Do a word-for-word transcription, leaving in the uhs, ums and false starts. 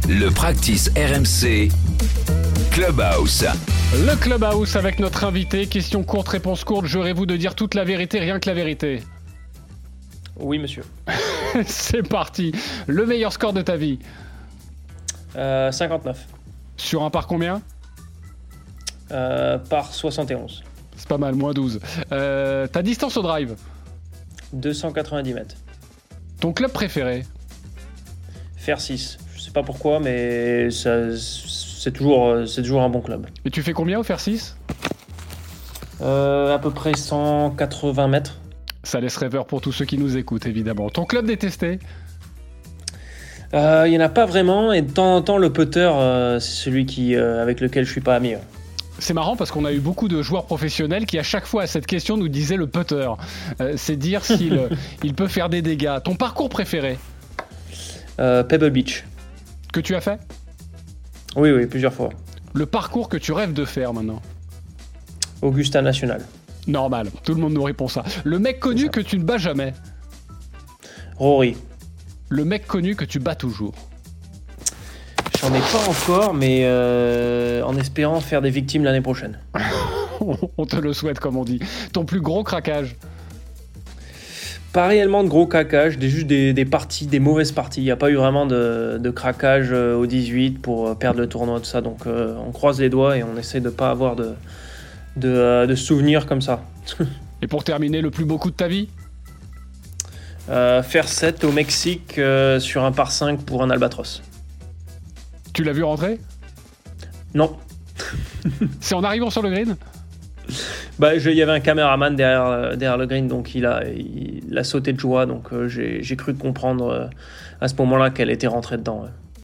Le practice R M C Clubhouse. Le Clubhouse avec notre invité. Question courte, réponse courte. Jurez-vous de dire toute la vérité, rien que la vérité? Oui, monsieur. C'est parti. Le meilleur score de ta vie? euh, cinquante-neuf. Sur un par combien? euh, Par soixante et onze. C'est pas mal, moins douze. Euh, ta distance au drive? deux cent quatre-vingt-dix mètres. Ton club préféré? Faire six. Je sais pas pourquoi, mais ça, c'est, toujours, c'est toujours un bon club. Et tu fais combien au fer six? euh, À peu près cent quatre-vingts mètres. Ça laisse rêveur pour tous ceux qui nous écoutent, évidemment. Ton club détesté? Il euh, n'y en a pas vraiment, et de temps en temps, le putter, euh, c'est celui qui, euh, avec lequel je suis pas ami. Ouais. C'est marrant parce qu'on a eu beaucoup de joueurs professionnels qui, à chaque fois à cette question, nous disaient le putter. Euh, c'est dire s'il il peut faire des dégâts. Ton parcours préféré? euh, Pebble Beach. Que tu as fait? Oui, oui, plusieurs fois. Le parcours que tu rêves de faire maintenant? Augusta National. Normal, tout le monde nous répond ça. Le mec connu que tu ne bats jamais? Rory. Le mec connu que tu bats toujours? J'en ai pas encore, mais euh, en espérant faire des victimes l'année prochaine. On te le souhaite, comme on dit. Ton plus gros craquage? Pas réellement de gros craquage, des, juste des, des parties, des mauvaises parties. Il n'y a pas eu vraiment de, de craquage au dix-huit pour perdre le tournoi, tout ça. Donc euh, on croise les doigts et on essaie de ne pas avoir de, de, euh, de souvenirs comme ça. Et pour terminer, le plus beau coup de ta vie? euh, Faire sept au Mexique euh, sur un par cinq pour un albatros. Tu l'as vu rentrer? Non. C'est en arrivant sur le green? Bah, il y avait un caméraman derrière, derrière le green, donc il a, il a sauté de joie. Donc euh, j'ai, j'ai cru comprendre euh, à ce moment-là qu'elle était rentrée dedans. Ouais.